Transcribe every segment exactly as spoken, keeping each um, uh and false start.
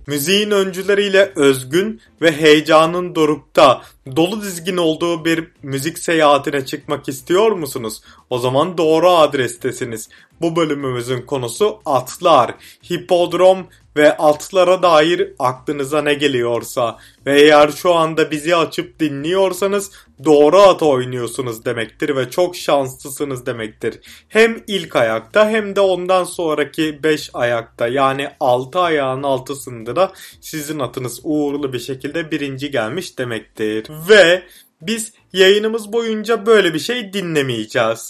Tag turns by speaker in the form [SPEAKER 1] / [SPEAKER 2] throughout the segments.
[SPEAKER 1] Müziğin öncüleriyle özgün ve heyecanın dorukta, dolu dizgin olduğu bir müzik seyahatine çıkmak istiyor musunuz? O zaman doğru adrestesiniz. Bu bölümümüzün konusu atlar, hipodrom ve atlara dair aklınıza ne geliyorsa ve eğer şu anda bizi açıp dinliyorsanız doğru at oynuyorsunuz demektir ve çok şanslısınız demektir. Hem ilk ayakta hem de ondan sonraki beş ayakta, yani altı ayağın altısında da sizin atınız uğurlu bir şekilde birinci gelmiş demektir. Ve biz yayınımız boyunca böyle bir şey dinlemeyeceğiz.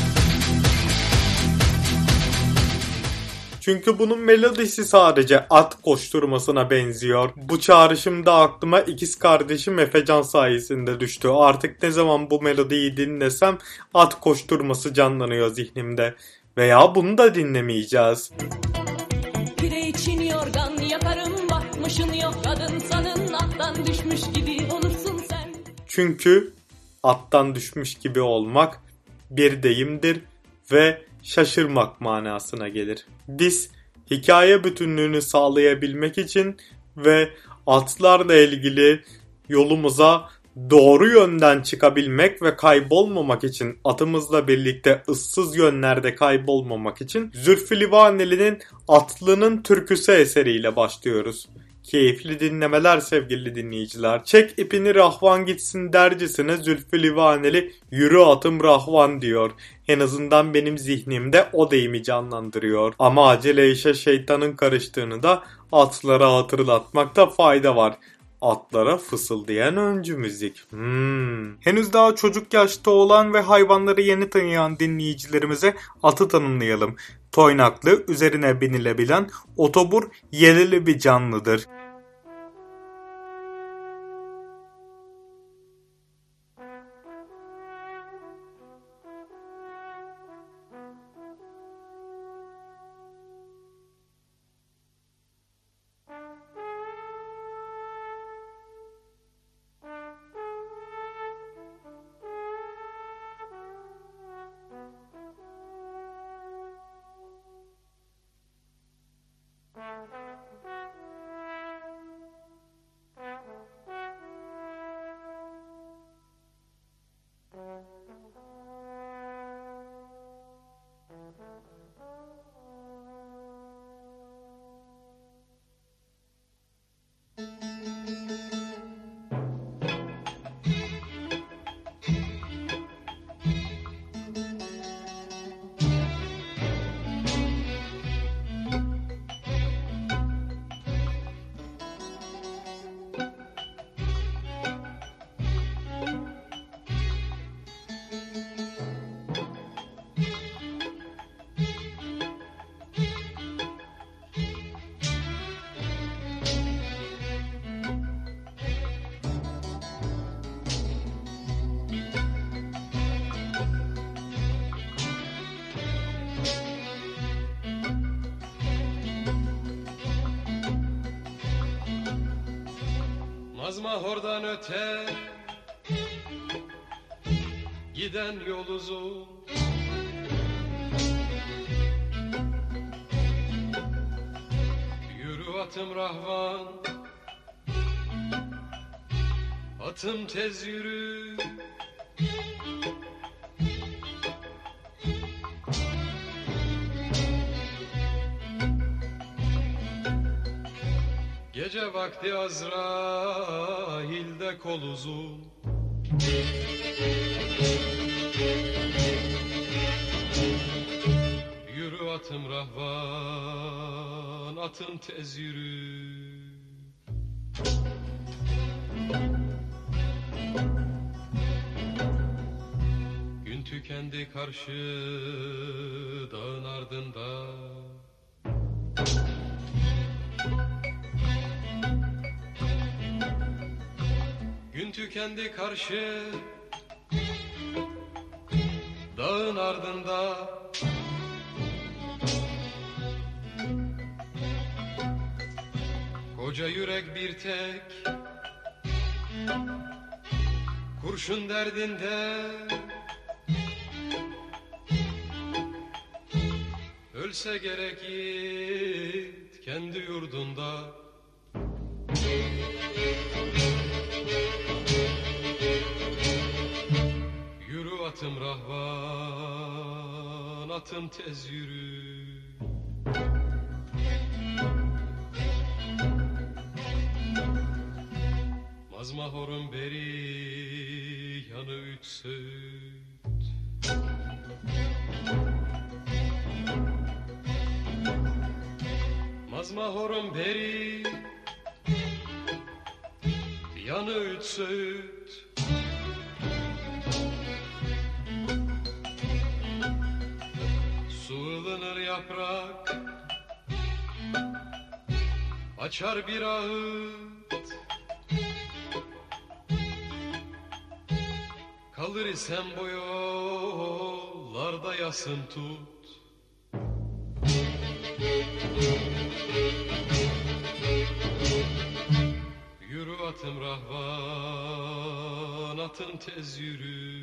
[SPEAKER 1] Çünkü bunun melodisi sadece at koşturmasına benziyor. Bu çağrışım da aklıma ikiz kardeşim Efecan sayesinde düştü. Artık ne zaman bu melodiyi dinlesem at koşturması canlanıyor zihnimde. Veya bunu da dinlemeyeceğiz.
[SPEAKER 2] Pire için yorgan yakarım, bakmışın yok kadın sanın, attan düşmüş gibi olursun sen.
[SPEAKER 1] Çünkü attan düşmüş gibi olmak bir deyimdir ve şaşırmak manasına gelir. Biz hikaye bütünlüğünü sağlayabilmek için ve atlarla ilgili yolumuza doğru yönden çıkabilmek ve kaybolmamak için, atımızla birlikte ıssız yönlerde kaybolmamak için Zülfü Livaneli'nin Atlı'nın Türküsü eseriyle başlıyoruz. Keyifli dinlemeler sevgili dinleyiciler. Çek ipini rahvan gitsin dercesine Zülfü Livaneli yürü atım rahvan diyor. En azından benim zihnimde o deyimi canlandırıyor. Ama acele işe şeytanın karıştığını da atlara hatırlatmakta fayda var. Atlara fısıldayan öncü müzik. Hmm. Henüz daha çocuk yaşta olan ve hayvanları yeni tanıyan dinleyicilerimize atı tanımlayalım. Toynaklı, üzerine binilebilen, otobur, yeleli bir canlıdır.
[SPEAKER 3] Mazmahor'dan öte giden yol uzun, yürü atım rahvan, atım tez yürü. Gece vakti Azrail'de kol uzun, yürü atım rahvan, atım tez yürü. Gün tükendi karşı dağın ardında, gün tükendi karşı dağın ardında, koca yürek bir tek kurşun derdinde, ölse gerek yiğit kendi yurdunda. atım rahvan, atım tez yürü. Mazmahorun beri yanı üç söğüt. Mazmahorun beri yanı üç söğüt. Su ılınır yaprak, açar bir ağıt. Kalır isem bu yollarda yasın tut. Yürü atım rahvan, atım tez yürü.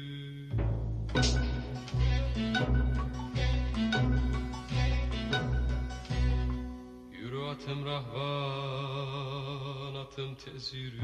[SPEAKER 3] Yürü atım rahvan, atım tez yürü.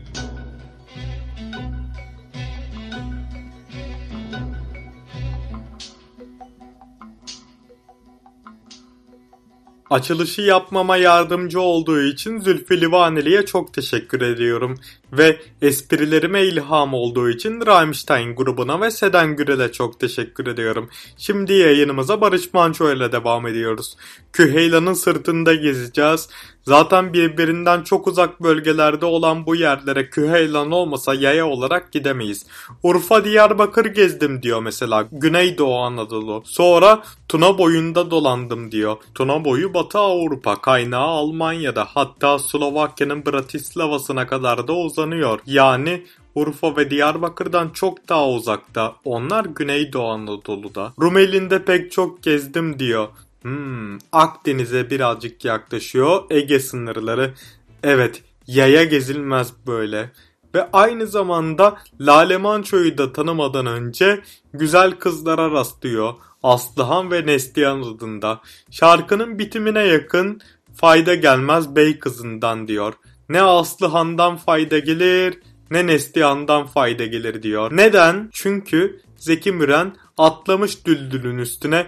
[SPEAKER 1] Açılışı yapmama yardımcı olduğu için Zülfü Livaneli'ye çok teşekkür ediyorum. Ve esprilerime ilham olduğu için Rammstein grubuna ve Seden Gürel'e çok teşekkür ediyorum. Şimdi yayınımıza Barış Manço ile devam ediyoruz. Küheylan'ın sırtında gezeceğiz. Zaten birbirinden çok uzak bölgelerde olan bu yerlere Küheylan olmasa yaya olarak gidemeyiz. Urfa, Diyarbakır gezdim diyor mesela. Güneydoğu Anadolu. Sonra Tuna boyunda dolandım diyor. Tuna boyu Batı Avrupa, kaynağı Almanya'da, hatta Slovakya'nın Bratislava'sına kadar da uzanıyor. Yani Urfa ve Diyarbakır'dan çok daha uzakta. Onlar Güneydoğu Anadolu'da. Rumeli'nde pek çok gezdim diyor. Hmm, Akdeniz'e birazcık yaklaşıyor. Ege sınırları. Evet, yaya gezilmez böyle. Ve aynı zamanda Lale Manço'yu da tanımadan önce güzel kızlara rastlıyor. Aslıhan ve Neslihan adında. Şarkının bitimine yakın fayda gelmez bey kızından diyor. Ne Aslıhan'dan fayda gelir ne Neslihan'dan fayda gelir diyor. Neden? Çünkü Zeki Müren atlamış düldülün üstüne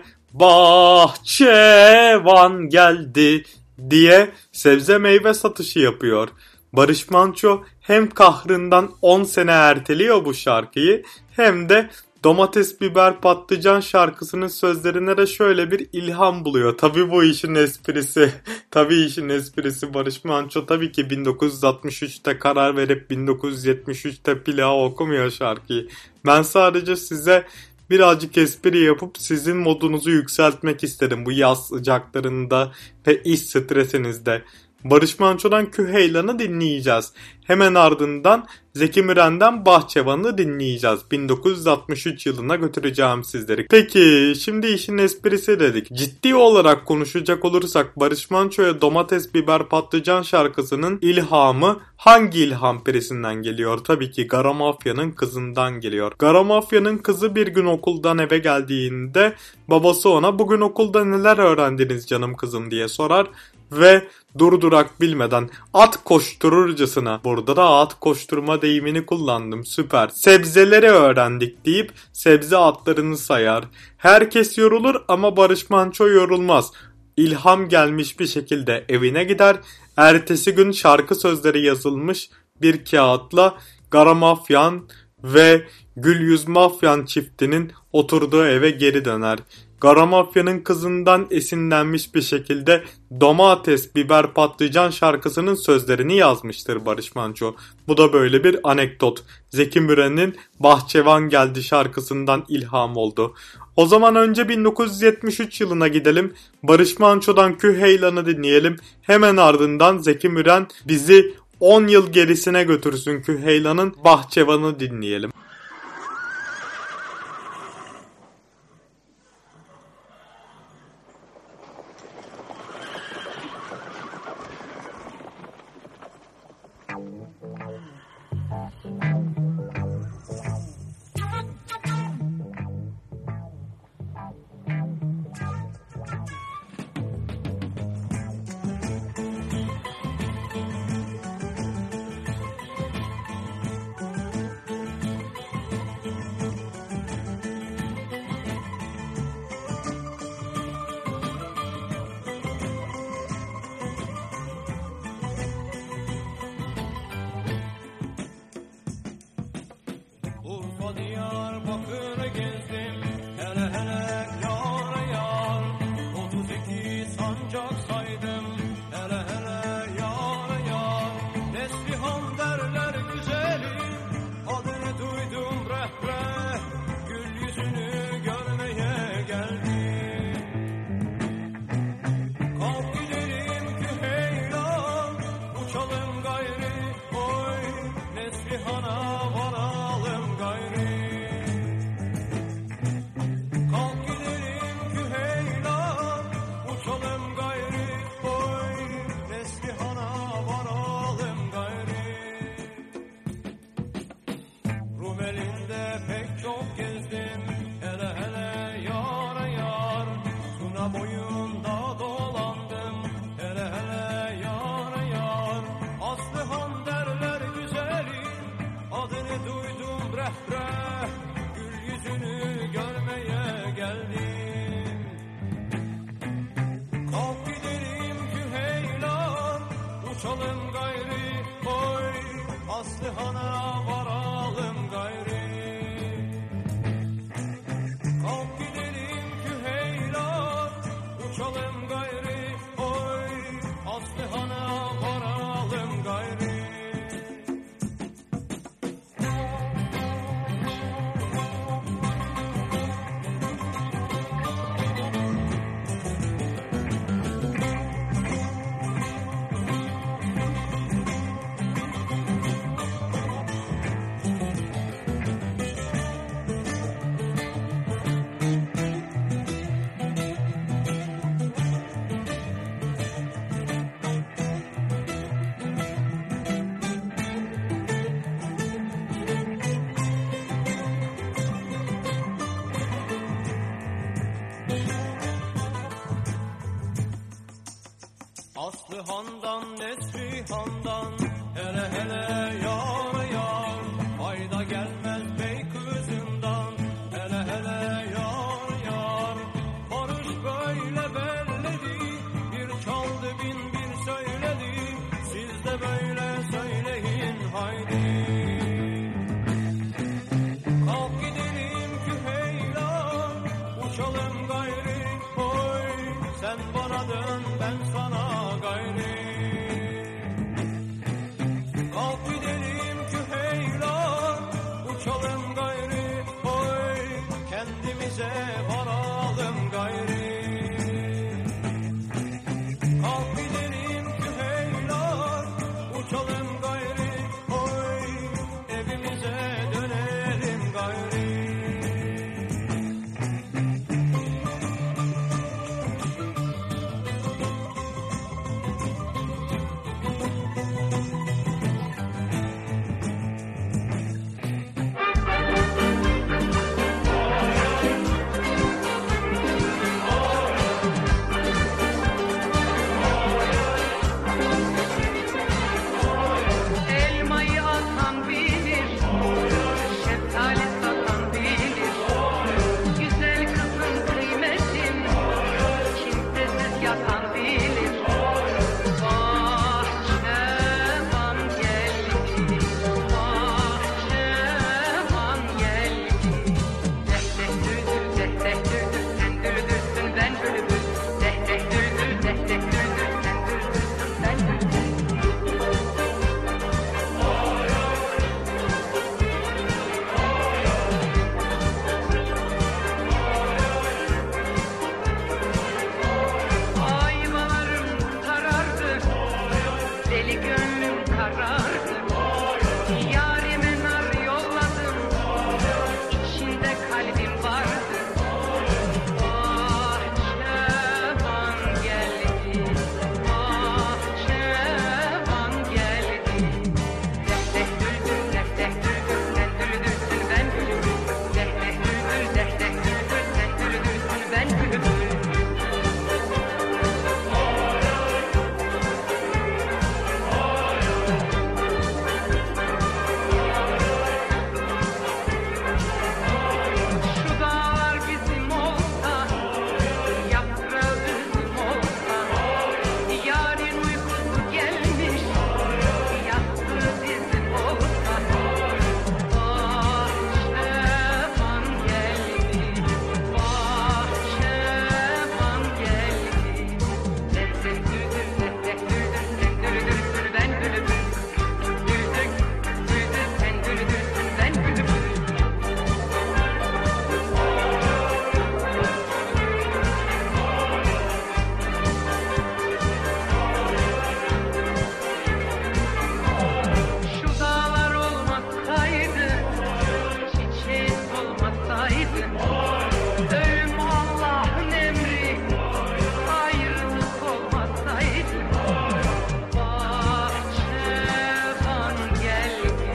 [SPEAKER 1] bahçevan geldi diye sebze meyve satışı yapıyor. Barış Manço hem kahrından on sene erteliyor bu şarkıyı hem de domates, biber, patlıcan şarkısının sözlerine de şöyle bir ilham buluyor. Tabii bu işin esprisi. Tabii işin esprisi Barış Manço tabii ki bin dokuz yüz altmış üçte karar verip bin dokuz yüz yetmiş üçte plağı okumuyor şarkıyı. Ben sadece size birazcık espri yapıp sizin modunuzu yükseltmek istedim bu yaz sıcaklarında ve iş stresinizde. Barış Manço'dan Küheylan'ı dinleyeceğiz. Hemen ardından Zeki Müren'den Bahçevan'ı dinleyeceğiz. bin dokuz yüz altmış üç yılına götüreceğim sizleri. Peki şimdi işin esprisi dedik. Ciddi olarak konuşacak olursak Barış Manço'ya domates, biber, patlıcan şarkısının ilhamı hangi ilham perisinden geliyor? Tabii ki Gara Mafya'nın kızından geliyor. Gara Mafya'nın kızı bir gün okuldan eve geldiğinde babası ona "Bugün okulda neler öğrendiniz canım kızım?" diye sorar. Ve durdurak bilmeden at koştururcasına, burada da at koşturma deyimini kullandım, süper, sebzeleri öğrendik deyip sebze atlarını sayar. Herkes yorulur ama Barış Manço yorulmaz. İlham gelmiş bir şekilde evine gider. Ertesi gün şarkı sözleri yazılmış bir kağıtla Gara Mafyan ve Gülyüz Mafyan çiftinin oturduğu eve geri döner. Gara Mafya'nın kızından esinlenmiş bir şekilde domates, biber, patlıcan şarkısının sözlerini yazmıştır Barış Manço. Bu da böyle bir anekdot. Zeki Müren'in Bahçevan Geldi şarkısından ilham oldu. O zaman önce bin dokuz yüz yetmiş üç yılına gidelim. Barış Manço'dan Küheylan'ı dinleyelim. Hemen ardından Zeki Müren bizi on yıl gerisine götürsün, Küheylan'ın Bahçevan'ı dinleyelim.
[SPEAKER 4] geldim. Kalk gidelim Küheylan, uçalım gayri oy, Aslıhan'a varalım gayri. Kalk gidelim Küheylan, uçalım gayri oy, Aslıhan'a varalım gayri. Aslıhan'dan Neslihan'dan hele hele yar yar, fayda gelmez bey kızından hele hele yar yar. Barış böyle belledi, bir çaldı bin bir söyledi, siz de böyle söyleyin haydi. Kalk gidelim Küheylan, uçalım gayri oy, sen bana dön ben sana gayri. Kalk gidelim Küheylan, uçalım gayri oy, kendimize varalım gayri. Kalk gidelim Küheylan, uçalım gayri oy, evimize dönelim gayri.
[SPEAKER 5] Elmayı atan bilir, şeftali satan bilir. Güzel kızın kıymetin, kimsesiz yatan bilir. Bahçevan geldi, bahçevan geldi. Deh deh düldül, deh deh düldül, sen düldülsün ben bülbül. Deh deh düldül, deh deh düldül, sen düldülsün ben bülbül. Ayvalarım karardı, deli gönlüm karardı. Yarime nar yolladım, içinde kalbim vardı. Bahçevan geldi, bahçevan geldi. Deh deh düldül, deh deh düldül, sen düldülsün ben bülbül. Deh deh düldül, deh deh düldül, sen düldülsün ben bülbül. Şu dağlar bizim olsa, yaprağı üzüm olsa, yarın uykusu gelmiş, yattığı bizim olsa. Bahçevan geldi, bahçevan geldi. Deh deh düldül, deh deh düldül, sen düldülsün ben bülbül. Düldül, düldül, sen düldülsün ben bülbül. Şu dağlar olmasaydı, çiçeği solmasaydı, ölüm Allah'ın emri, ayrılık olmasaydı. Bahçevan geldi,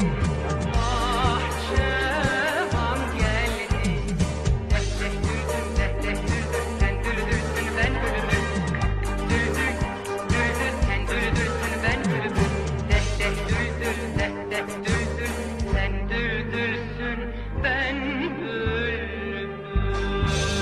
[SPEAKER 5] bahçevan geldi. Deh deh düldül, deh deh düldül, sen düldülsün ben bülbül. Düldül, düldül, sen düldülsün ben bülbül. Deh deh düldül, deh deh düldül, sen düldülsün ben bülbül.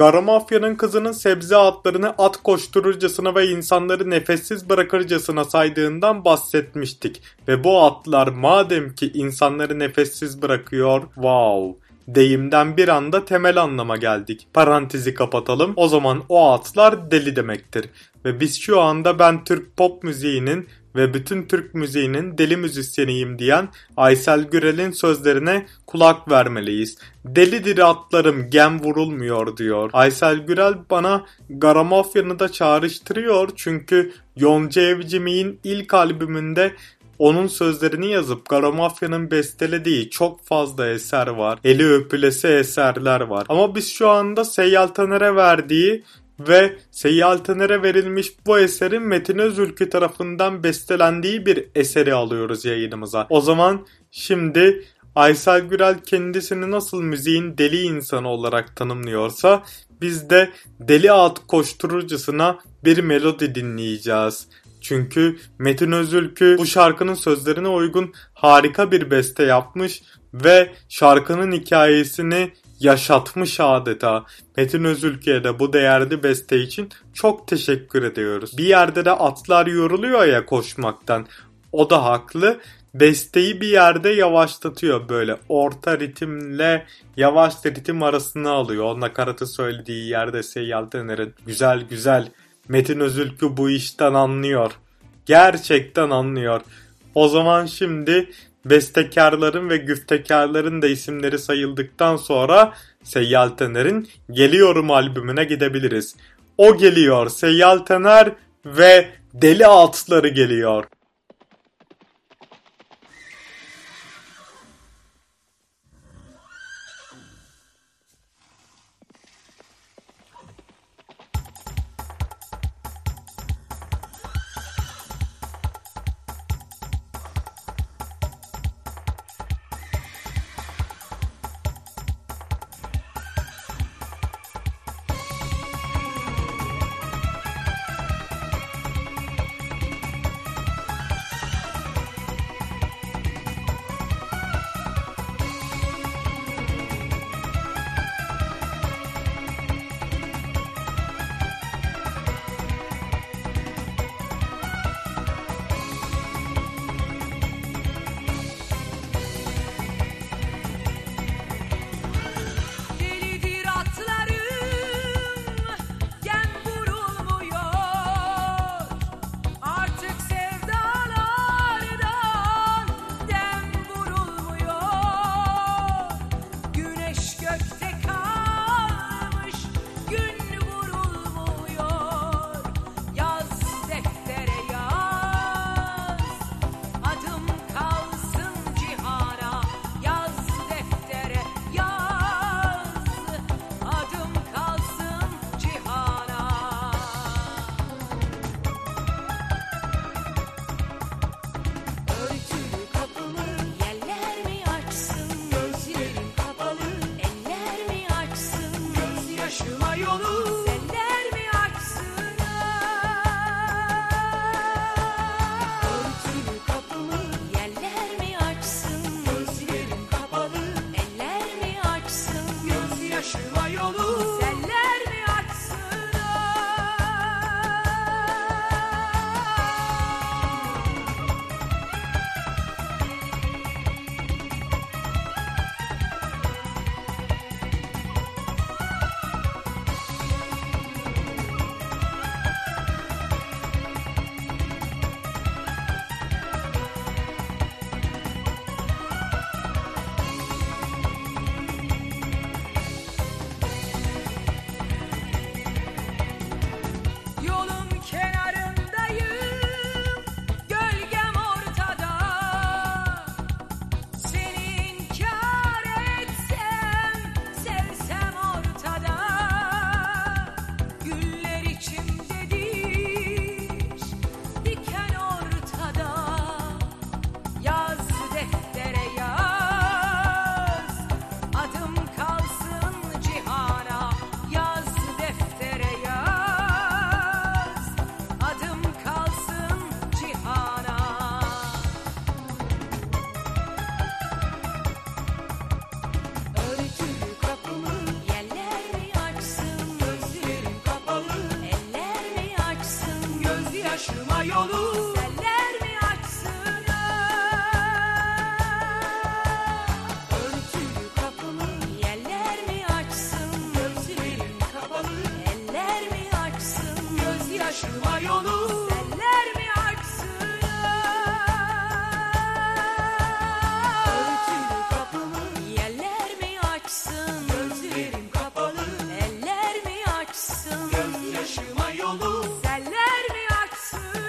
[SPEAKER 1] Garamafya'nın kızının sebze atlarını at koştururcasına ve insanları nefessiz bırakırcasına saydığından bahsetmiştik. Ve bu atlar madem ki insanları nefessiz bırakıyor, wow, deyimden bir anda temel anlama geldik. Parantezi kapatalım. O zaman o atlar deli demektir. Ve biz şu anda ben Türk pop müziğinin ve bütün Türk müziğinin deli müzisyeniyim diyen Aysel Gürel'in sözlerine kulak vermeliyiz. Delidir atlarım gem vurulmuyor diyor. Aysel Gürel bana Garamafya'nı da çağrıştırıyor çünkü Yonca Evcimik'in ilk albümünde onun sözlerini yazıp Garamafya'nın bestelediği çok fazla eser var. Eli öpülesi eserler var. Ama biz şu anda Seyyal Taner'e verdiği ve Seyyal Taner'e verilmiş bu eserin Metin Özülkü tarafından bestelendiği bir eseri alıyoruz yayınımıza. O zaman şimdi Aysel Gürel kendisini nasıl müziğin deli insanı olarak tanımlıyorsa biz de deli at koştururcasına bir melodi dinleyeceğiz. Çünkü Metin Özülkü bu şarkının sözlerine uygun harika bir beste yapmış ve şarkının hikayesini yaşatmış adeta. Metin Özülkü'ye de bu değerli beste için çok teşekkür ediyoruz. Bir yerde de atlar yoruluyor ya koşmaktan. O da haklı. Besteyi bir yerde yavaşlatıyor böyle. Orta ritimle yavaş ritim arasını alıyor. O nakaratı söylediği yerde Seyyal Taner'in güzel güzel. Metin Özülkü bu işten anlıyor. Gerçekten anlıyor. O zaman şimdi bestekarların ve güftekarların da isimleri sayıldıktan sonra Seyyal Taner'in Geliyorum albümüne gidebiliriz. O geliyor, Seyyal Taner ve Deli Atları geliyor.
[SPEAKER 2] Örtülü kapımı yeller mi açsın? Gözlerim kapalı, eller gözlerim kapalı. Eller mi açsın gözyaşıma yolu, seller mi açsın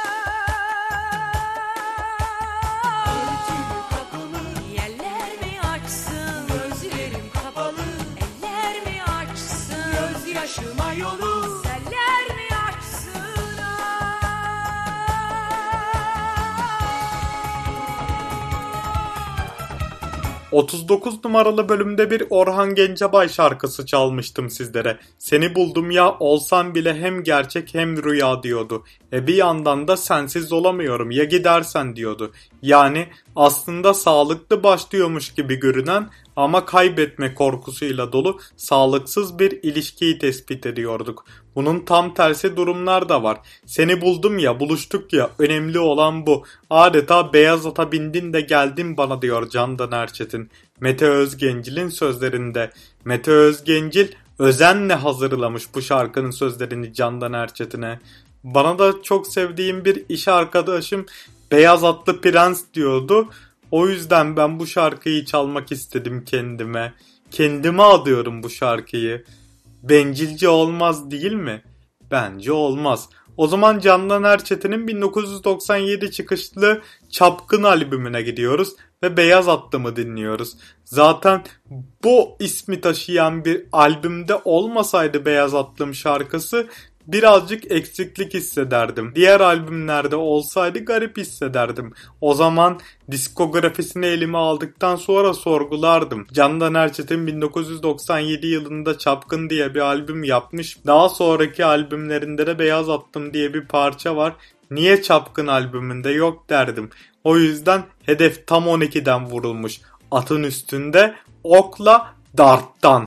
[SPEAKER 2] örtülü kapımı. Yeller mi açsın gözlerim kapalı, eller mi açsın gözyaşıma yolu, seller mi açsın
[SPEAKER 1] otuz dokuz numaralı bölümde bir Orhan Gencebay şarkısı çalmıştım sizlere. Seni buldum ya olsam bile hem gerçek hem rüya diyordu. E bir yandan da sensiz olamıyorum ya gidersen diyordu. Yani aslında sağlıklı başlıyormuş gibi görünen ama kaybetme korkusuyla dolu sağlıksız bir ilişkiyi tespit ediyorduk. Bunun tam tersi durumlar da var. Seni buldum ya, buluştuk ya, önemli olan bu. Adeta beyaz ata bindin de geldin bana diyor Candan Erçetin. Mete Özgencil'in sözlerinde. Mete Özgencil özenle hazırlamış bu şarkının sözlerini Candan Erçetin'e. Bana da çok sevdiğim bir iş arkadaşım beyaz atlı prens diyordu. O yüzden ben bu şarkıyı çalmak istedim kendime. Kendime adıyorum bu şarkıyı. Bencilce olmaz değil mi? Bence olmaz. O zaman Candan Erçetin'in bin dokuz yüz doksan yedi çıkışlı Çapkın albümüne gidiyoruz ve Beyaz Atlı'mı dinliyoruz. Zaten bu ismi taşıyan bir albümde olmasaydı Beyaz Atlım şarkısı birazcık eksiklik hissederdim. Diğer albümlerde olsaydı garip hissederdim. O zaman diskografisini elime aldıktan sonra sorgulardım. Candan Erçetin bin dokuz yüz doksan yedi yılında Çapkın diye bir albüm yapmış. Daha sonraki albümlerinde de Beyaz Attım diye bir parça var. Niye Çapkın albümünde yok derdim. O yüzden hedef tam on ikiden vurulmuş. Atın üstünde okla darttan.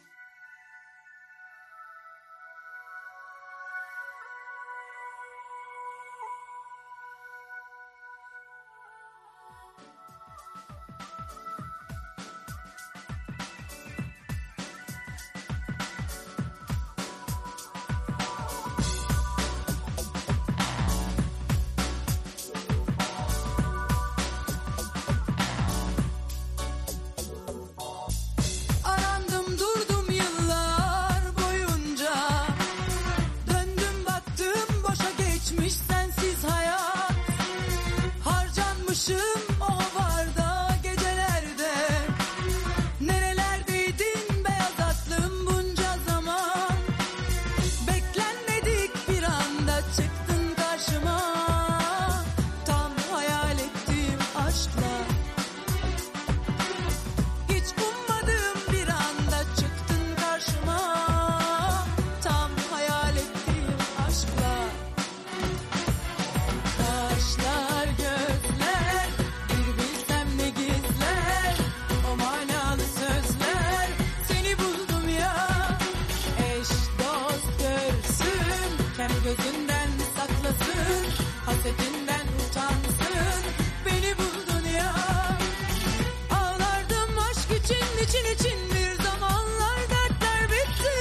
[SPEAKER 2] Arandım durdum yıllar boyunca, döndüm baktım boşa geçmiş sensiz hayat. Harcanmışım o varda gecelerde, nerelerdeydin beyaz atlım bunca zaman. Beklenmedik bir anda çıktın karşıma, tam hayal ettiğim aşkla. Hiç ummadığım bir anda çıktın karşıma, tam hayal ettiğim aşkla. Kaşlar, gözler, bir bilsem ne gizler, o manalı sözler. Seni buldum ya, eş dost görsün, kendi gözünden saklasın, hasetinden utansın. Beni buldun ya. Ağlardım aşk için, için için bir zamanlar dertler bitti.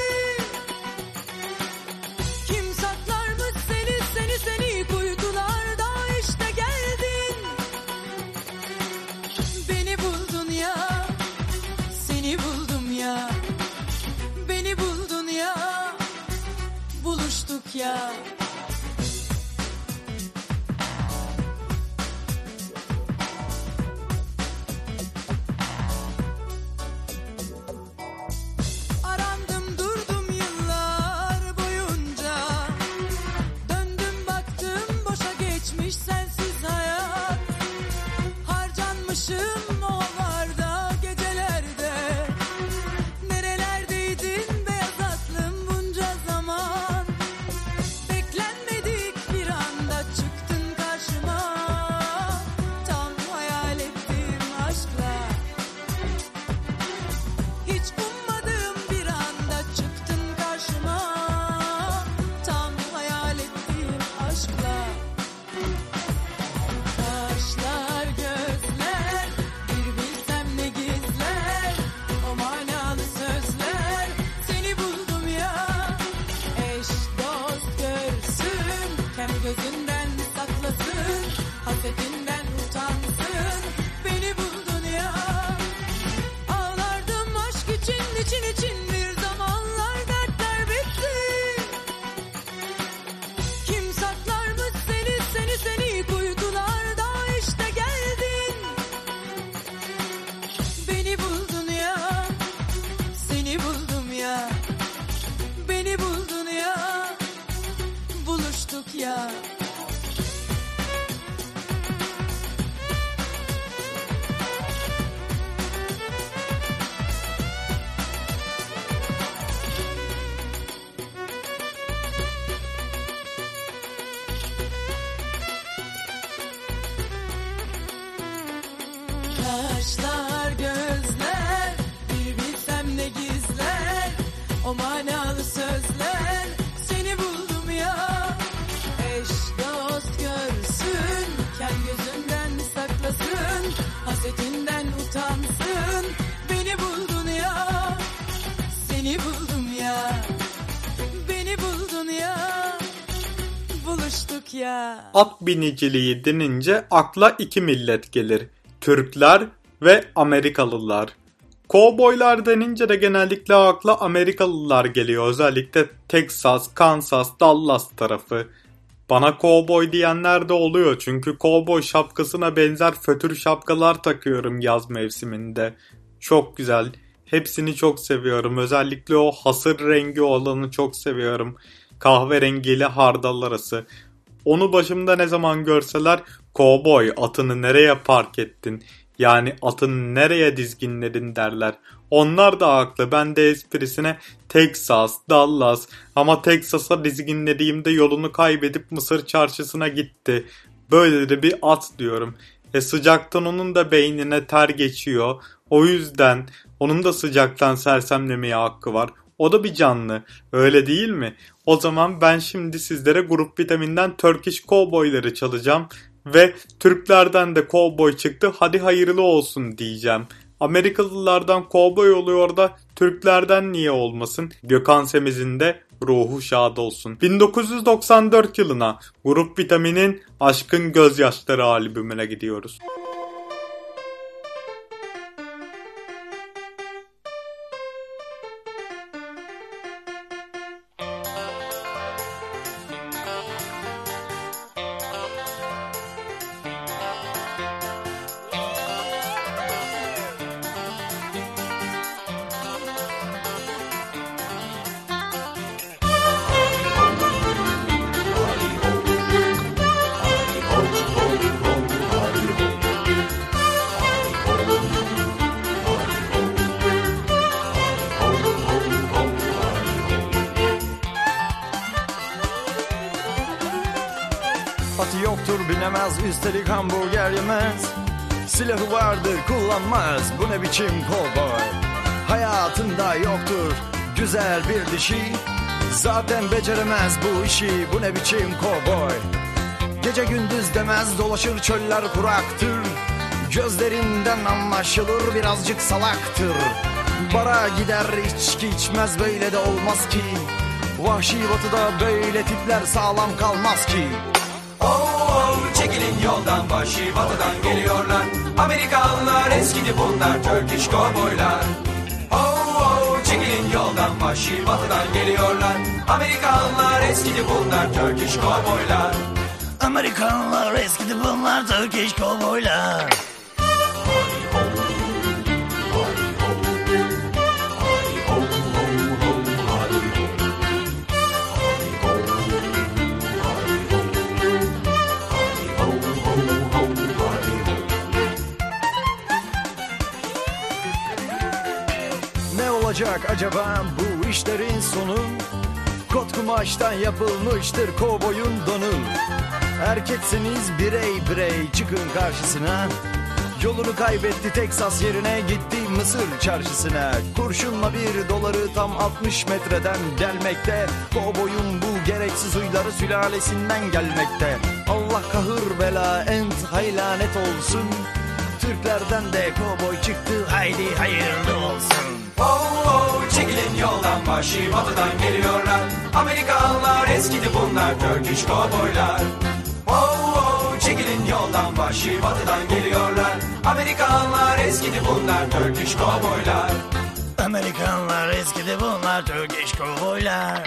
[SPEAKER 2] Kim saklarmış seni, seni, seni kuytularda işte geldin. Beni buldun ya, seni buldum ya. Beni buldun ya, buluştuk ya. Arandım durdum yıllar boyunca, döndüm baktım boşa geçmiş sensiz hayat. Harcanmışım o varda gecelerde, nerelerdeydin beyaz atlım bunca zaman. Bekle
[SPEAKER 6] kaşlar, gözler, bir bilsem ne gizler, o manalı sözler, seni buldum ya. Eş dost görsün, kel gözünden saklasın, hasetinden utansın, beni buldun ya. Seni buldum ya, beni buldun ya, buluştuk ya.
[SPEAKER 1] At biniciliği denince akla iki millet gelir. Türkler ve Amerikalılar. Kovboylar denince de genellikle akla Amerikalılar geliyor. Özellikle Texas, Kansas, Dallas tarafı. Bana kovboy diyenler de oluyor. Çünkü kovboy şapkasına benzer fötür şapkalar takıyorum yaz mevsiminde. Çok güzel. Hepsini çok seviyorum. Özellikle o hasır rengi olanı çok seviyorum. Kahverengiyle hardal arası. Onu başımda ne zaman görseler, kovboy atını nereye park ettin? Yani atını nereye dizginledin derler. Onlar da haklı. Ben de esprisine Texas, Dallas, ama Texas'a dizginlediğimde yolunu kaybedip Mısır çarşısına gitti. Böyle de bir at diyorum. E sıcaktan onun da beynine ter geçiyor. O yüzden onun da sıcaktan sersemlemeye hakkı var. O da bir canlı. Öyle değil mi? O zaman ben şimdi sizlere Grup Vitamin'den Turkish Cowboy'ları çalacağım. Ve Türklerden de cowboy çıktı, hadi hayırlı olsun diyeceğim. Amerikalılardan cowboy oluyor da Türklerden niye olmasın? Gökhan Semiz'in de ruhu şad olsun. bin dokuz yüz doksan dört yılına Grup Vitamin'in Aşkın Gözyaşları albümüne gidiyoruz.
[SPEAKER 7] Atı yoktur binemez, üstelik hamburger yemez. Silahı vardır kullanmaz, bu ne biçim kovboy. Hayatında yoktur güzel bir dişi, zaten beceremez bu işi, bu ne biçim kovboy. Gece gündüz demez, dolaşır çöller kuraktır. Gözlerinden anlaşılır birazcık salaktır. Bara gider içki içmez, böyle de olmaz ki. Vahşi batıda böyle tipler sağlam kalmaz ki.
[SPEAKER 8] Oh, oh, çekilin yoldan, vahşi batıdan geliyorlar. Amerikalılar eskidi bunlar, Turkish Cowboy'lar. Oh, oh, çekilin yoldan, vahşi batıdan geliyorlar. Amerikalılar eskidi bunlar, Turkish Cowboy'lar.
[SPEAKER 7] Amerikalılar eskidi bunlar, Turkish Cowboy'lar. Ne olacak acaba bu işlerin sonu? Kot kumaştan yapılmıştır kovboyun donu. Erkekseniz birey birey çıkın karşısına. Yolunu kaybetti Teksas yerine gitti Mısır çarşısına. Kurşunla bir doları tam altmış metreden gelmekte. Kovboyun bu gereksiz huyları sülalesinden gelmekte. Allah kahır bela ent haylanet olsun. Türklerden de kovboy çıktı, haydi hayırlı olsun.
[SPEAKER 8] Oh, oh, çekilin yoldan, vahşi batıdan geliyorlar. Amerikalılar eskidi bunlar, Turkish Cowboy'lar. Oh, oh, çekilin yoldan, vahşi batıdan geliyorlar. Amerikalılar eskidi bunlar, Turkish Cowboy'lar.
[SPEAKER 7] Amerikanlar eskidi bunlar, Turkish Cowboy'lar.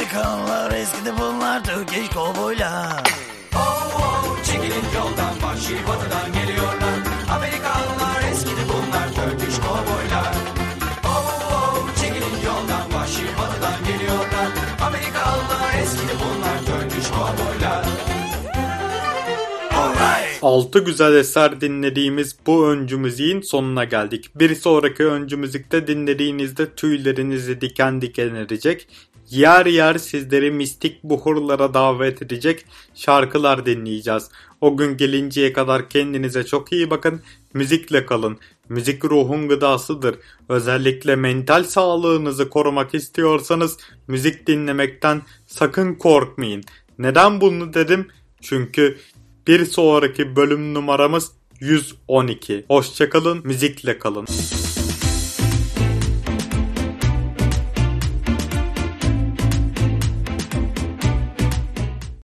[SPEAKER 7] Amerikalılar eskidi bunlar Turkish kovboylar.
[SPEAKER 8] Oh oh çekilin yoldan vahşi batıdan geliyorlar. Amerikalılar eskidi bunlar Turkish kovboylar. Oh oh çekilin yoldan vahşi batıdan geliyorlar. Amerikalılar eskidi bunlar Turkish kovboylar.
[SPEAKER 1] Altı güzel eser dinlediğimiz bu öncü müziğin sonuna geldik. Bir sonraki öncü müzikte dinlediğinizde tüylerinizi diken diken edecek, yer yer sizleri mistik buhurlara davet edecek şarkılar dinleyeceğiz. O gün gelinceye kadar kendinize çok iyi bakın, müzikle kalın. Müzik ruhun gıdasıdır. Özellikle mental sağlığınızı korumak istiyorsanız müzik dinlemekten sakın korkmayın. Neden bunu dedim? Çünkü bir sonraki bölüm numaramız yüz on iki. Hoşça kalın, müzikle kalın.